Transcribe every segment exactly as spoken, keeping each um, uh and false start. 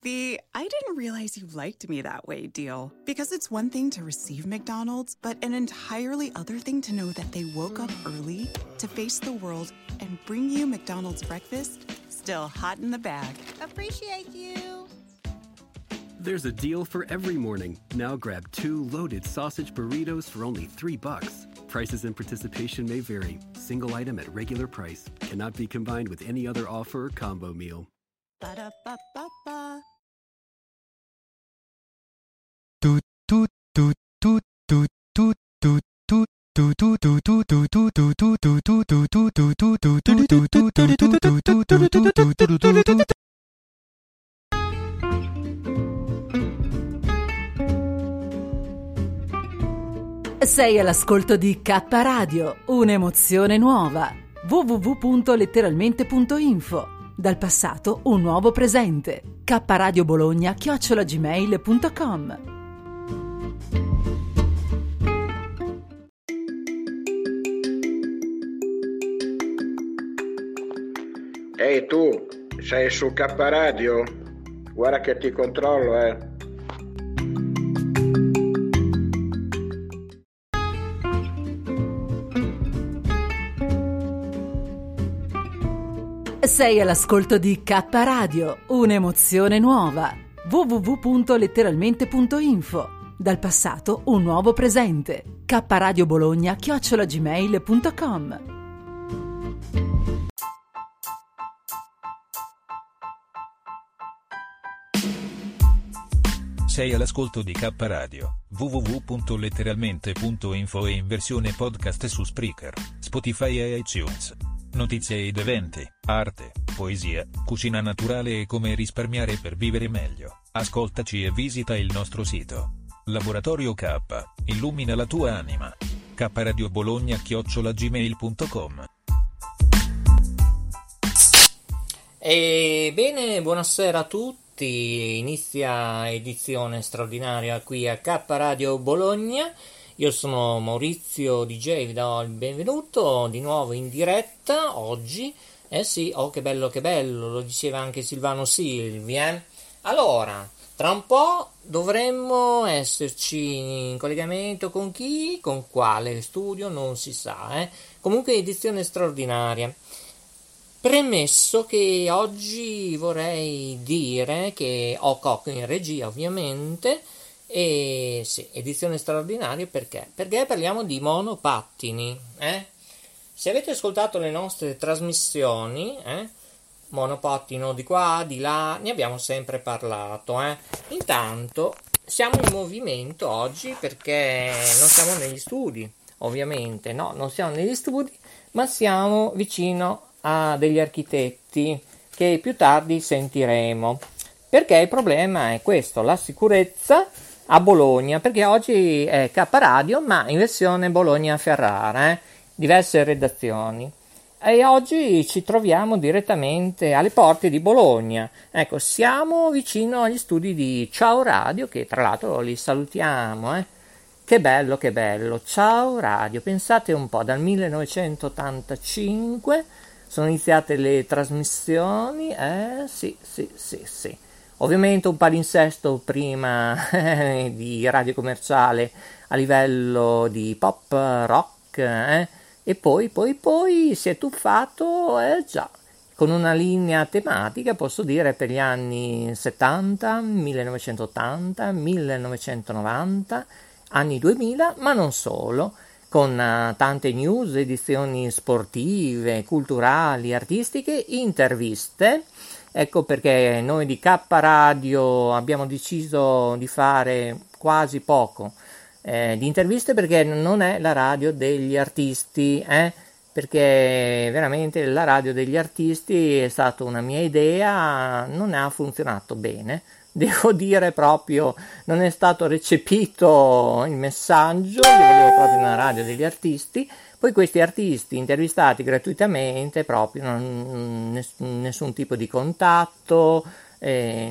the I didn't realize you liked me that way deal. Because it's one thing to receive McDonald's, but an entirely other thing to know that they woke up early to face the world and bring you McDonald's breakfast still hot in the bag. Appreciate you. There's a deal for every morning. Now grab two loaded sausage burritos for only three bucks. Prices and participation may vary. Single item at regular price. Cannot be combined with any other offer or combo meal. Ba-da-ba-ba-ba. Sei all'ascolto di K Radio, un'emozione nuova. w w w punto letteralmente punto info. Dal passato un nuovo presente. K Radio Bologna chiocciola gmail punto com. Ehi tu, sei su K Radio? Guarda che ti controllo, eh. Sei all'ascolto di K Radio, un'emozione nuova. w w w punto letteralmente punto info. Dal passato un nuovo presente. K Radio Bologna chiocciola gmail punto com. Sei all'ascolto di K Radio, w w w punto letteralmente punto info e in versione podcast su Spreaker, Spotify e iTunes. Notizie ed eventi, arte, poesia, cucina naturale e come risparmiare per vivere meglio. Ascoltaci e visita il nostro sito. Laboratorio K, illumina la tua anima. K Radio Bologna chiocciola gmail punto com. E bene, buonasera a tutti. Inizia edizione straordinaria qui a K Radio Bologna. Io sono Maurizio D J, vi do il benvenuto di nuovo in diretta oggi. Eh sì, oh che bello che bello, lo diceva anche Silvano Silvi, eh? Allora, tra un po' dovremmo esserci in collegamento con chi? Con quale studio? Non si sa, eh? Comunque edizione straordinaria. Premesso che oggi vorrei dire che ho Cocco in regia ovviamente. E sì, edizione straordinaria perché? Perché parliamo di monopattini, eh? Se avete ascoltato le nostre trasmissioni, eh? Monopattino di qua, di là, ne abbiamo sempre parlato, eh? Intanto siamo in movimento oggi perché non siamo negli studi, ovviamente, no, non siamo negli studi, ma siamo vicino a degli architetti che più tardi sentiremo. Perché il problema è questo, la sicurezza a Bologna, perché oggi è K Radio ma in versione Bologna-Ferrara, eh? Diverse redazioni, e oggi ci troviamo direttamente alle porte di Bologna. Ecco, siamo vicino agli studi di Ciao Radio, che tra l'altro li salutiamo, eh? Che bello, che bello, Ciao Radio, pensate un po', dal millenovecentottantacinque sono iniziate le trasmissioni, eh sì, sì, sì, sì. Ovviamente un palinsesto prima eh, di radio commerciale a livello di pop rock, eh, e poi, poi, poi si è tuffato, eh già, con una linea tematica, posso dire, per gli anni settanta, millenovecentottanta, millenovecentonovanta, anni duemila, ma non solo, con uh, tante news, edizioni sportive, culturali, artistiche, interviste. Ecco perché noi di K Radio abbiamo deciso di fare quasi poco eh, di interviste, perché non è la radio degli artisti, eh? Perché veramente la radio degli artisti è stata una mia idea, non ha funzionato bene, devo dire proprio, non è stato recepito il messaggio, io volevo proprio una radio degli artisti. Poi questi artisti intervistati gratuitamente, proprio non, nessun, nessun tipo di contatto, eh,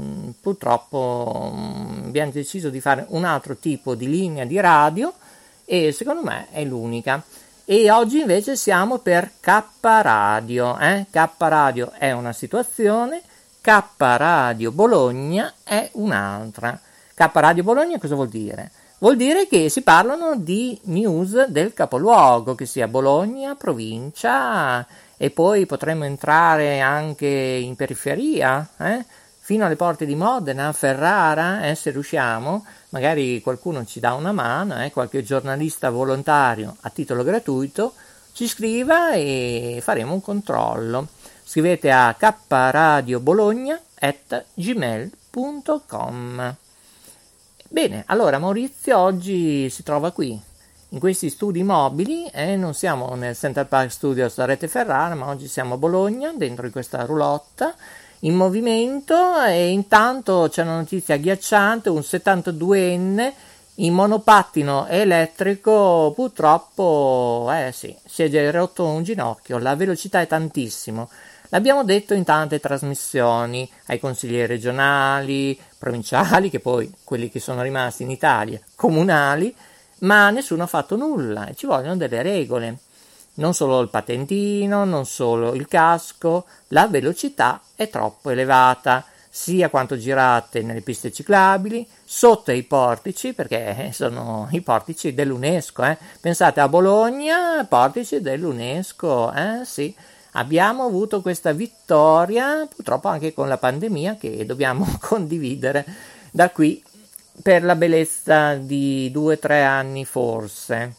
purtroppo abbiamo deciso di fare un altro tipo di linea di radio e secondo me è l'unica. E oggi invece siamo per K Radio, eh? K Radio è una situazione, K Radio Bologna è un'altra. K Radio Bologna cosa vuol dire? Vuol dire che si parlano di news del capoluogo, che sia Bologna, provincia, e poi potremmo entrare anche in periferia, eh? Fino alle porte di Modena, Ferrara, eh, se riusciamo, magari qualcuno ci dà una mano, eh? Qualche giornalista volontario a titolo gratuito ci scriva e faremo un controllo. Scrivete a kradiobologna at gmail punto com. Bene, allora Maurizio oggi si trova qui, in questi studi mobili, eh, non siamo nel Central Park Studios da Rete Ferrara, ma oggi siamo a Bologna, dentro di questa roulotte, in movimento, e intanto c'è una notizia agghiacciante: un settantaduenne in monopattino elettrico purtroppo, eh sì, si è rotto un ginocchio, la velocità è tantissimo. L'abbiamo detto in tante trasmissioni, ai consiglieri regionali, provinciali, che poi quelli che sono rimasti in Italia, comunali, ma nessuno ha fatto nulla e ci vogliono delle regole. Non solo il patentino, non solo il casco, la velocità è troppo elevata, sia quanto girate nelle piste ciclabili, sotto i portici, perché sono i portici dell'UNESCO. Eh. Pensate a Bologna, portici dell'UNESCO, eh sì. Abbiamo avuto questa vittoria, purtroppo anche con la pandemia, che dobbiamo condividere da qui per la bellezza di due o tre anni forse.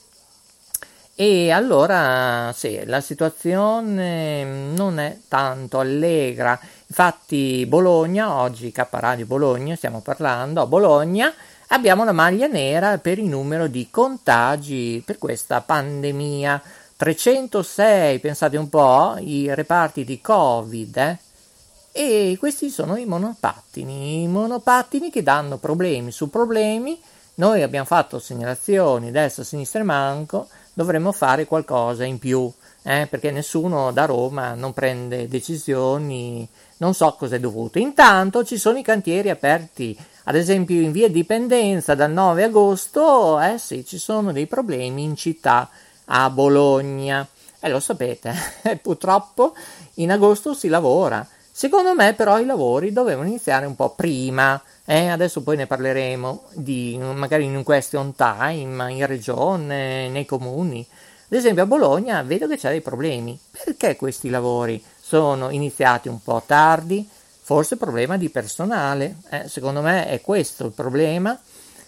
E allora sì, la situazione non è tanto allegra. Infatti Bologna, oggi K Radio Bologna, stiamo parlando a Bologna, abbiamo la maglia nera per il numero di contagi per questa pandemia. trecentosei, pensate un po', i reparti di Covid, eh? E questi sono i monopattini, i monopattini che danno problemi su problemi. Noi abbiamo fatto segnalazioni destra, sinistra e manco, dovremmo fare qualcosa in più, eh? Perché nessuno da Roma non prende decisioni, non so cosa è dovuto. Intanto ci sono i cantieri aperti, ad esempio in via Dipendenza dal nove agosto, eh sì, ci sono dei problemi in città, a Bologna, e eh, lo sapete, purtroppo in agosto si lavora. Secondo me però i lavori dovevano iniziare un po' prima, eh? Adesso poi ne parleremo di magari in un question time in regione, nei comuni. Ad esempio a Bologna vedo che c'è dei problemi. Perché questi lavori sono iniziati un po' tardi? Forse problema di personale, eh? Secondo me è questo il problema.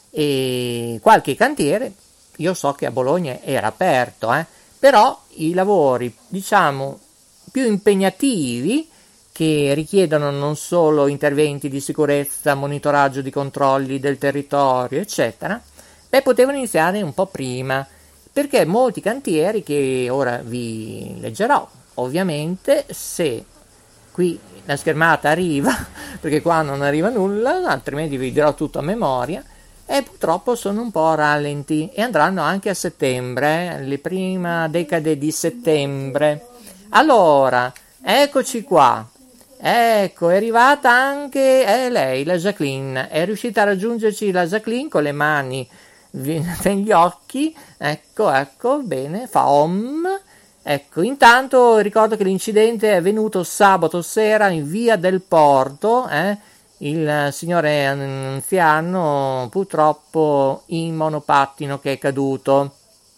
E qualche cantiere, io so che a Bologna era aperto, eh, però i lavori, diciamo, più impegnativi, che richiedono non solo interventi di sicurezza, monitoraggio di controlli del territorio, eccetera, beh, potevano iniziare un po' prima, perché molti cantieri, che ora vi leggerò, ovviamente, se qui la schermata arriva, perché qua non arriva nulla, altrimenti vi dirò tutto a memoria, e purtroppo sono un po' rallenti e andranno anche a settembre, eh, le prime decade di settembre. Allora, eccoci qua, ecco, è arrivata anche eh, lei, la Jacqueline, è riuscita a raggiungerci la Jacqueline con le mani negli occhi, ecco, ecco, bene, fa om. Ecco, intanto ricordo che l'incidente è avvenuto sabato sera in via del Porto, eh, il signore anziano purtroppo in monopattino che è caduto.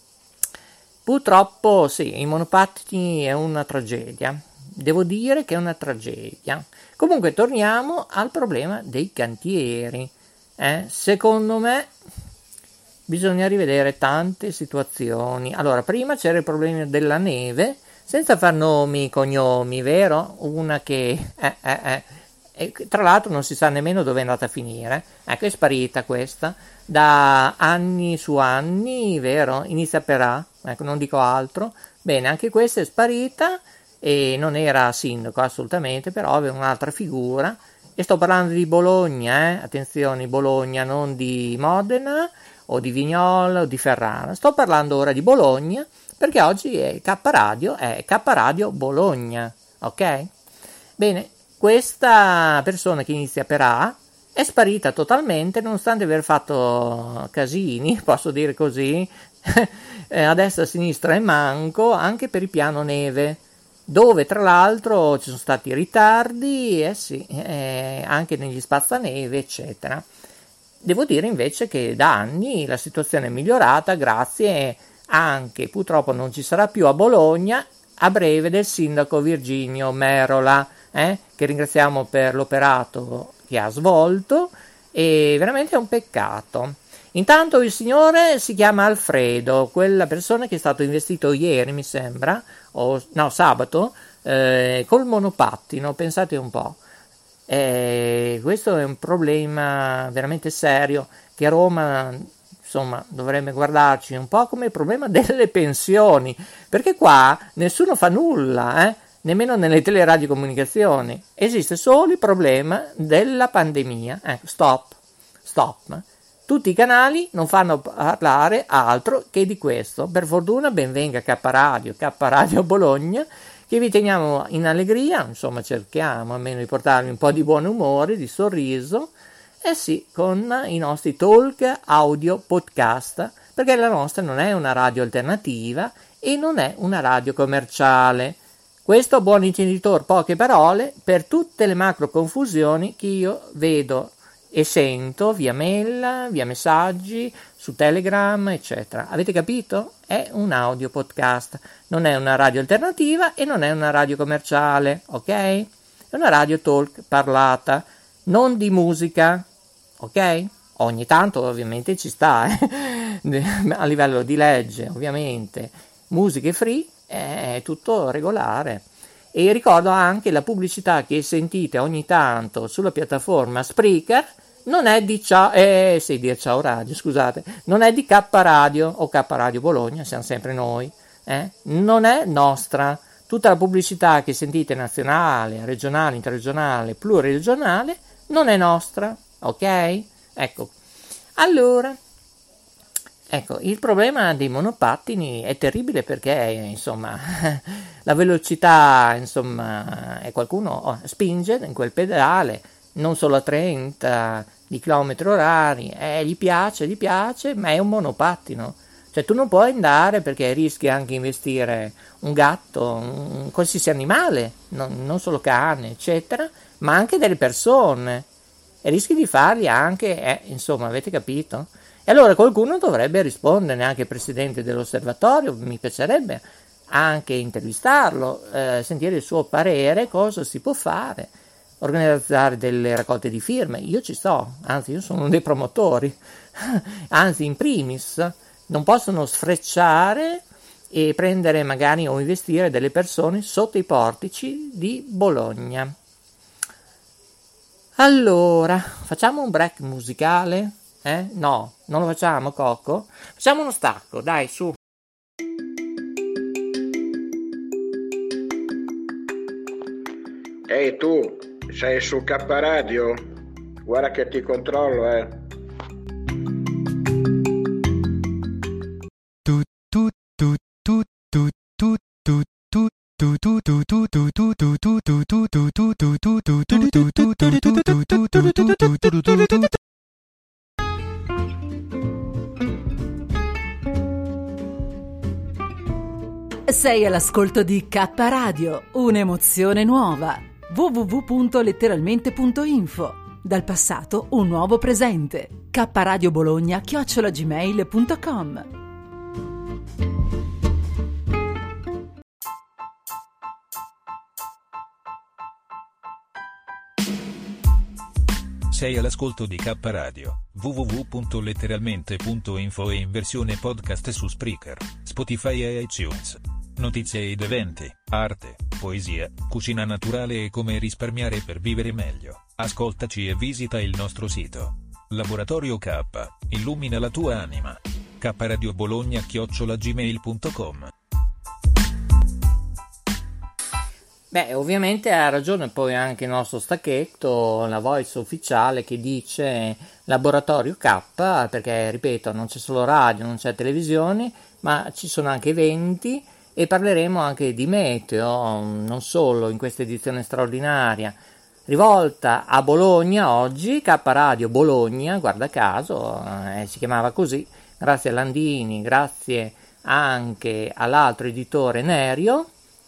Purtroppo sì, i monopattini è una tragedia, devo dire che è una tragedia. Comunque torniamo al problema dei cantieri. Eh? Secondo me bisogna rivedere tante situazioni. Allora, prima c'era il problema della neve, senza far nomi, cognomi, vero? Una che... Eh, eh, eh. E tra l'altro non si sa nemmeno dove è andata a finire. Ecco, è sparita questa da anni su anni, vero? Inizia per A, ecco, non dico altro. Bene, anche questa è sparita e non era sindaco assolutamente, però aveva un'altra figura. E sto parlando di Bologna, eh? Attenzione, Bologna, non di Modena o di Vignola o di Ferrara. Sto parlando ora di Bologna perché oggi è K Radio, è K Radio Bologna, ok? Bene. Questa persona che inizia per A è sparita totalmente, nonostante aver fatto casini, posso dire così, a destra, a sinistra e manco, anche per il piano neve. dove tra l'altro ci sono stati ritardi, eh sì, eh, anche negli spazzaneve, eccetera. Devo dire invece che da anni la situazione è migliorata grazie anche, purtroppo non ci sarà più a Bologna, a breve, del sindaco Virginio Merola, eh, che ringraziamo per l'operato che ha svolto, e veramente è un peccato. Intanto il signore si chiama Alfredo, quella persona che è stato investito ieri, mi sembra, o no, sabato, eh, col monopattino, pensate un po'. Eh, questo è un problema veramente serio che a Roma, insomma, dovrebbe guardarci un po' come il problema delle pensioni, perché qua nessuno fa nulla, eh? Nemmeno nelle teleradiocomunicazioni. Esiste solo il problema della pandemia. Ecco, stop, stop. Tutti i canali non fanno parlare altro che di questo. Per fortuna ben venga K Radio, K Radio Bologna, che vi teniamo in allegria, insomma cerchiamo almeno di portarvi un po' di buon umore, di sorriso, e sì, con i nostri talk audio podcast, perché la nostra non è una radio alternativa e non è una radio commerciale. Questo, buon intenditor, poche parole per tutte le macro confusioni che io vedo e sento via mail, via messaggi, su Telegram, eccetera. Avete capito? È un audio podcast, non è una radio alternativa e non è una radio commerciale, ok? È una radio talk parlata, non di musica, ok? Ogni tanto ovviamente ci sta, eh? A livello di legge, ovviamente, musiche free è tutto regolare. E ricordo anche la pubblicità che sentite ogni tanto sulla piattaforma Spreaker non è di ciao, eh, sì, di Ciao Radio, scusate, non è di K Radio o K Radio Bologna, siamo sempre noi, eh? Non è nostra. Tutta la pubblicità che sentite nazionale, regionale, interregionale, pluriregionale non è nostra, ok? Ecco, allora, ecco, il problema dei monopattini è terribile perché, insomma, la velocità, insomma, e qualcuno oh, spinge in quel pedale, non solo a trenta di chilometri orari, eh, gli piace, gli piace, ma è un monopattino. Cioè tu non puoi andare perché rischi anche investire un gatto, un qualsiasi animale, non, non solo cane, eccetera, ma anche delle persone. E rischi di farli anche, eh, insomma, avete capito? E allora qualcuno dovrebbe rispondere, anche il presidente dell'osservatorio, mi piacerebbe anche intervistarlo, eh, sentire il suo parere, cosa si può fare, organizzare delle raccolte di firme. Io ci sto, anzi io sono uno dei promotori, anzi in primis, non possono sfrecciare e prendere magari o investire delle persone sotto i portici di Bologna. Allora, facciamo un break musicale? Eh? No, non lo facciamo, Cocco? Facciamo uno stacco, dai, su. Ehi tu, sei su K Radio? Guarda che ti controllo, eh. Sei all'ascolto di K Radio, un'emozione nuova. w w w punto letteralmente punto info. Dal passato un nuovo presente. K Radio Bologna chiocciola gmail punto com. Sei all'ascolto di K Radio, w w w punto letteralmente punto info e in versione podcast su Spreaker, Spotify e iTunes. Notizie ed eventi, arte, poesia, cucina naturale e come risparmiare per vivere meglio. Ascoltaci e visita il nostro sito. Laboratorio K, illumina la tua anima. K Radio Bologna chiocciola gmail punto com. Beh, ovviamente ha ragione poi anche il nostro stacchetto, la voice ufficiale che dice Laboratorio K, perché ripeto, non c'è solo radio, non c'è televisione, ma ci sono anche eventi e parleremo anche di meteo, non solo in questa edizione straordinaria rivolta a Bologna oggi. K Radio Bologna, guarda caso, eh, si chiamava così, grazie a Landini, grazie anche all'altro editore Nerio, che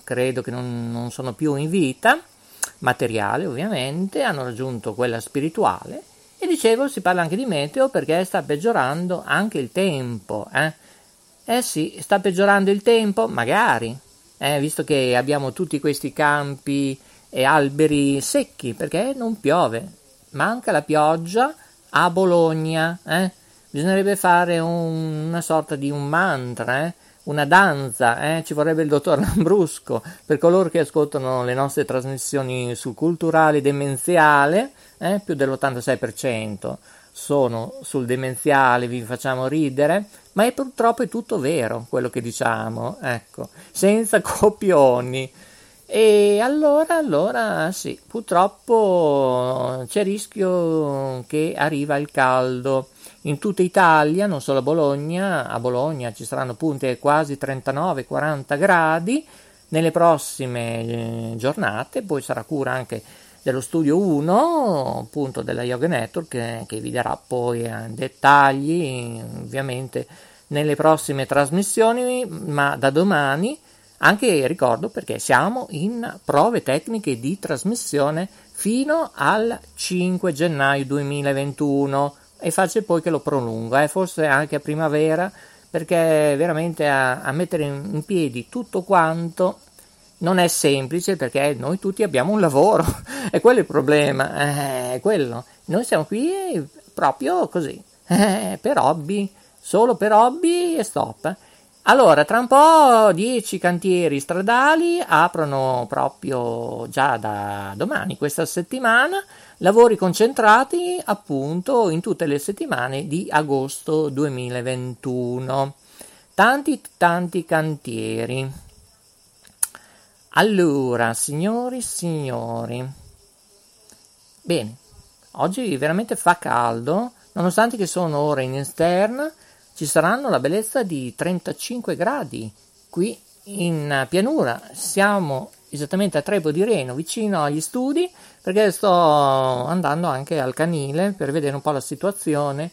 credo che non, non sono più in vita, materiale ovviamente, hanno raggiunto quella spirituale, e dicevo si parla anche di meteo perché sta peggiorando anche il tempo, eh? Eh sì, sta peggiorando il tempo, magari, eh, visto che abbiamo tutti questi campi e alberi secchi, perché non piove, manca la pioggia a Bologna, eh? Bisognerebbe fare un, una sorta di un mantra, eh? Una danza, eh? Ci vorrebbe il dottor Lambrusco per coloro che ascoltano le nostre trasmissioni sul culturale demenziale, eh? Più dell'ottantasei per cento sono sul demenziale, vi facciamo ridere, ma è purtroppo è tutto vero quello che diciamo, ecco, senza copioni. E allora, allora sì, purtroppo c'è rischio che arriva il caldo in tutta Italia, non solo a Bologna. A Bologna ci saranno punte quasi trentanove quaranta gradi nelle prossime eh, giornate, poi sarà cura anche dello Studio uno, appunto della Yoga Network, che, che vi darà poi eh, dettagli ovviamente nelle prossime trasmissioni, ma da domani anche ricordo perché siamo in prove tecniche di trasmissione fino al cinque gennaio duemilaventuno e faccio poi che lo prolungo, eh, forse anche a primavera, perché veramente a, a mettere in, in piedi tutto quanto non è semplice, perché noi tutti abbiamo un lavoro e quello è il problema, eh, è quello. Noi siamo qui proprio così, eh, per hobby, solo per hobby e stop. Allora, tra un po' dieci cantieri stradali aprono proprio già da domani, questa settimana, lavori concentrati appunto in tutte le settimane di agosto duemilaventuno. Tanti, tanti cantieri. Allora, signori, signori, bene, oggi veramente fa caldo, nonostante che sono ora in esterna. Ci saranno la bellezza di trentacinque gradi qui in pianura. Siamo esattamente a Trepo di Reno, vicino agli studi, perché sto andando anche al canile per vedere un po' la situazione.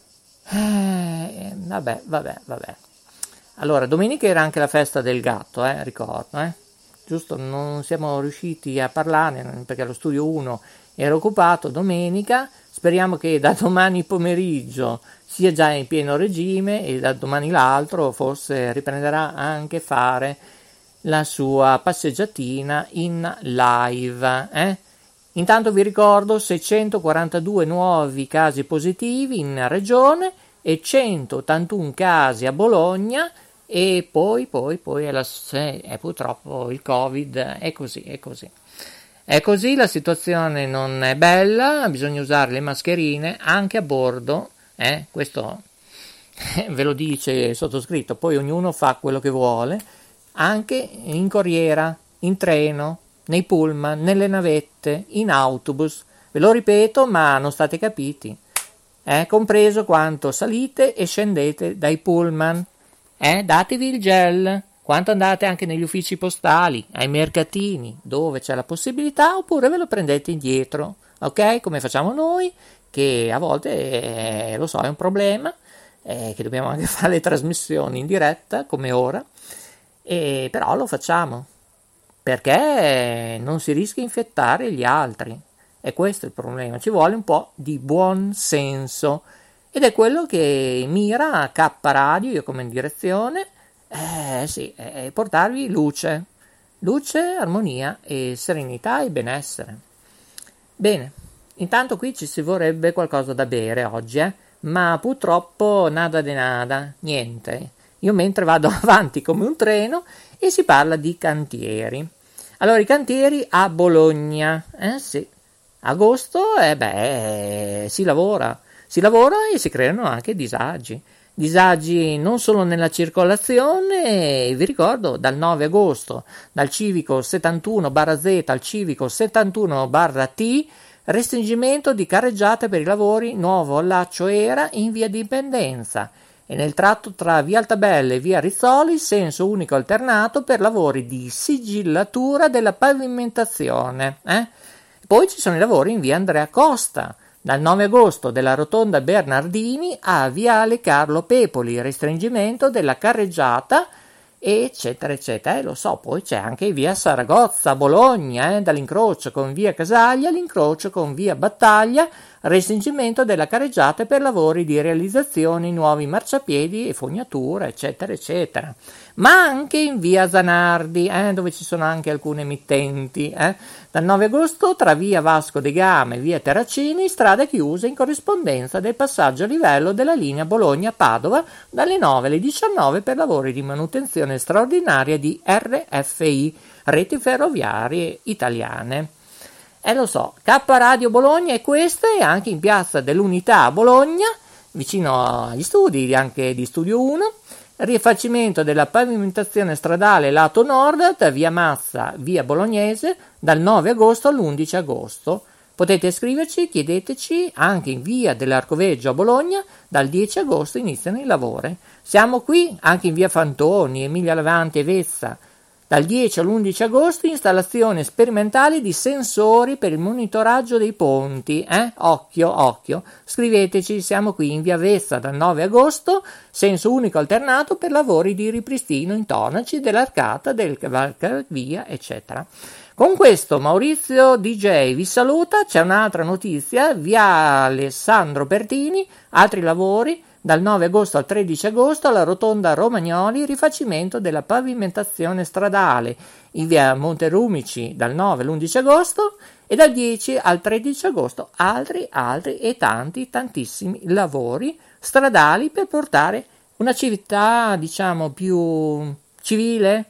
Eh, vabbè, vabbè, vabbè. Allora, domenica era anche la festa del gatto, eh, ricordo, eh. Giusto, non siamo riusciti a parlarne perché lo Studio uno era occupato domenica. Speriamo che da domani pomeriggio sia già in pieno regime e da domani l'altro forse riprenderà anche fare la sua passeggiatina in live. Eh? Intanto vi ricordo seicentoquarantadue nuovi casi positivi in regione e centottantuno casi a Bologna, e poi, poi, poi è, la, è purtroppo il Covid, è così, è così. È così, la situazione non è bella, bisogna usare le mascherine anche a bordo, eh? Questo ve lo dice il sottoscritto, poi ognuno fa quello che vuole, anche in corriera, in treno, nei pullman, nelle navette, in autobus, ve lo ripeto, ma non state capiti, eh? Compreso quanto salite e scendete dai pullman, eh? Datevi il gel. Quanto andate anche negli uffici postali, ai mercatini, dove c'è la possibilità, oppure ve lo prendete indietro, ok? Come facciamo noi, che a volte, eh, lo so, è un problema, eh, che dobbiamo anche fare le trasmissioni in diretta, come ora, e però lo facciamo, perché non si rischia di infettare gli altri, e questo è il problema, ci vuole un po' di buon senso, ed è quello che mira a K Radio, io come direzione. Eh sì, eh, portarvi luce, luce, armonia e serenità e benessere. Bene, intanto qui ci si vorrebbe qualcosa da bere oggi, eh? Ma purtroppo nada de nada, niente. Io mentre vado avanti come un treno e si parla di cantieri. Allora, i cantieri a Bologna, eh sì, agosto, eh beh, si lavora, si lavora e si creano anche disagi. Disagi non solo nella circolazione, vi ricordo dal nove agosto, dal civico settantuno barra Z al civico settantuno barra T, restringimento di carreggiate per i lavori nuovo allaccio Era in via Dipendenza e nel tratto tra via Altabella e via Rizzoli senso unico alternato per lavori di sigillatura della pavimentazione. Eh? Poi ci sono i lavori in via Andrea Costa, dal nove agosto della rotonda Bernardini a viale Carlo Pepoli, restringimento della carreggiata eccetera eccetera. E lo so, poi c'è anche via Saragozza, Bologna, eh, dall'incrocio con via Casaglia all'incrocio con via Battaglia, restringimento della carreggiata per lavori di realizzazione, nuovi marciapiedi e fognatura, eccetera eccetera. Ma anche in via Zanardi, eh, dove ci sono anche alcune emittenti, eh. Dal nove agosto tra via Vasco de Gama e via Terracini, strade chiuse in corrispondenza del passaggio a livello della linea Bologna-Padova dalle nove alle diciannove per lavori di manutenzione straordinaria di R F I, Reti Ferroviarie Italiane. E eh, lo so, K Radio Bologna è questa, e anche in piazza dell'Unità a Bologna, vicino agli studi anche di Studio uno, rifacimento della pavimentazione stradale lato nord da via Massa, via Bolognese, dal nove agosto all'undici agosto. Potete scriverci, chiedeteci, anche in via dell'Arcoveggio a Bologna, dal dieci agosto iniziano i lavori. Siamo qui anche in via Fantoni, Emilia Levanti e Vessa. Dal dieci all'undici agosto installazioni sperimentali di sensori per il monitoraggio dei ponti. Eh? Occhio, occhio. Scriveteci, siamo qui in via Vessa dal nove agosto, senso unico alternato per lavori di ripristino intonaci dell'arcata, del cavalcavia, eccetera. Con questo Maurizio D J vi saluta. C'è un'altra notizia, via Alessandro Bertini, altri lavori. Dal nove agosto al tredici agosto alla rotonda Romagnoli, rifacimento della pavimentazione stradale in via Monterumici dal nove all'undici agosto, e dal dieci al tredici agosto altri, altri e tanti, tantissimi lavori stradali per portare una città, diciamo, più civile,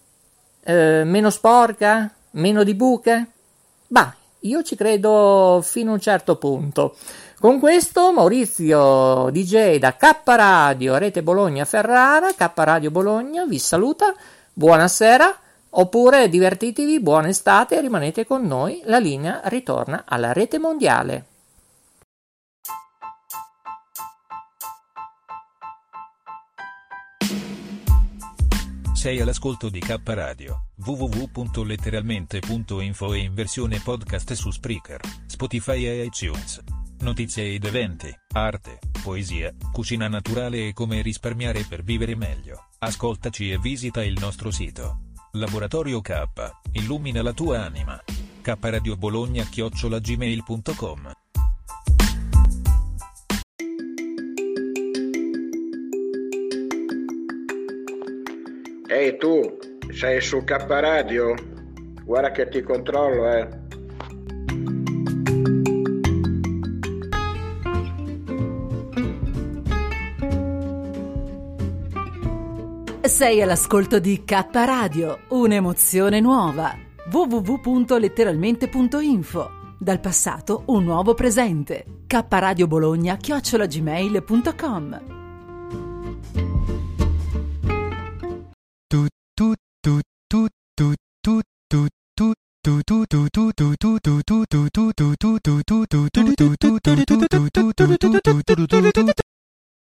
eh, meno sporca, meno di buche. Bah, io ci credo fino a un certo punto. Con questo Maurizio D J da K Radio Rete Bologna Ferrara, K Radio Bologna vi saluta, buonasera, oppure divertitevi, buona estate e rimanete con noi, la linea ritorna alla rete mondiale. Sei all'ascolto di K Radio, w w w punto letteralmente punto info e in versione podcast su Spreaker, Spotify e iTunes. Notizie ed eventi, arte, poesia, cucina naturale e come risparmiare per vivere meglio. Ascoltaci e visita il nostro sito. Laboratorio K, illumina la tua anima. K Radio Bologna chiocciola gmail punto com. Ehi tu, sei su K Radio? Guarda che ti controllo, eh. Sei all'ascolto di K Radio, un'emozione nuova. w w w punto letteralmente punto info. Dal passato un nuovo presente. K Radio Bologna chiocciola gmail punto com.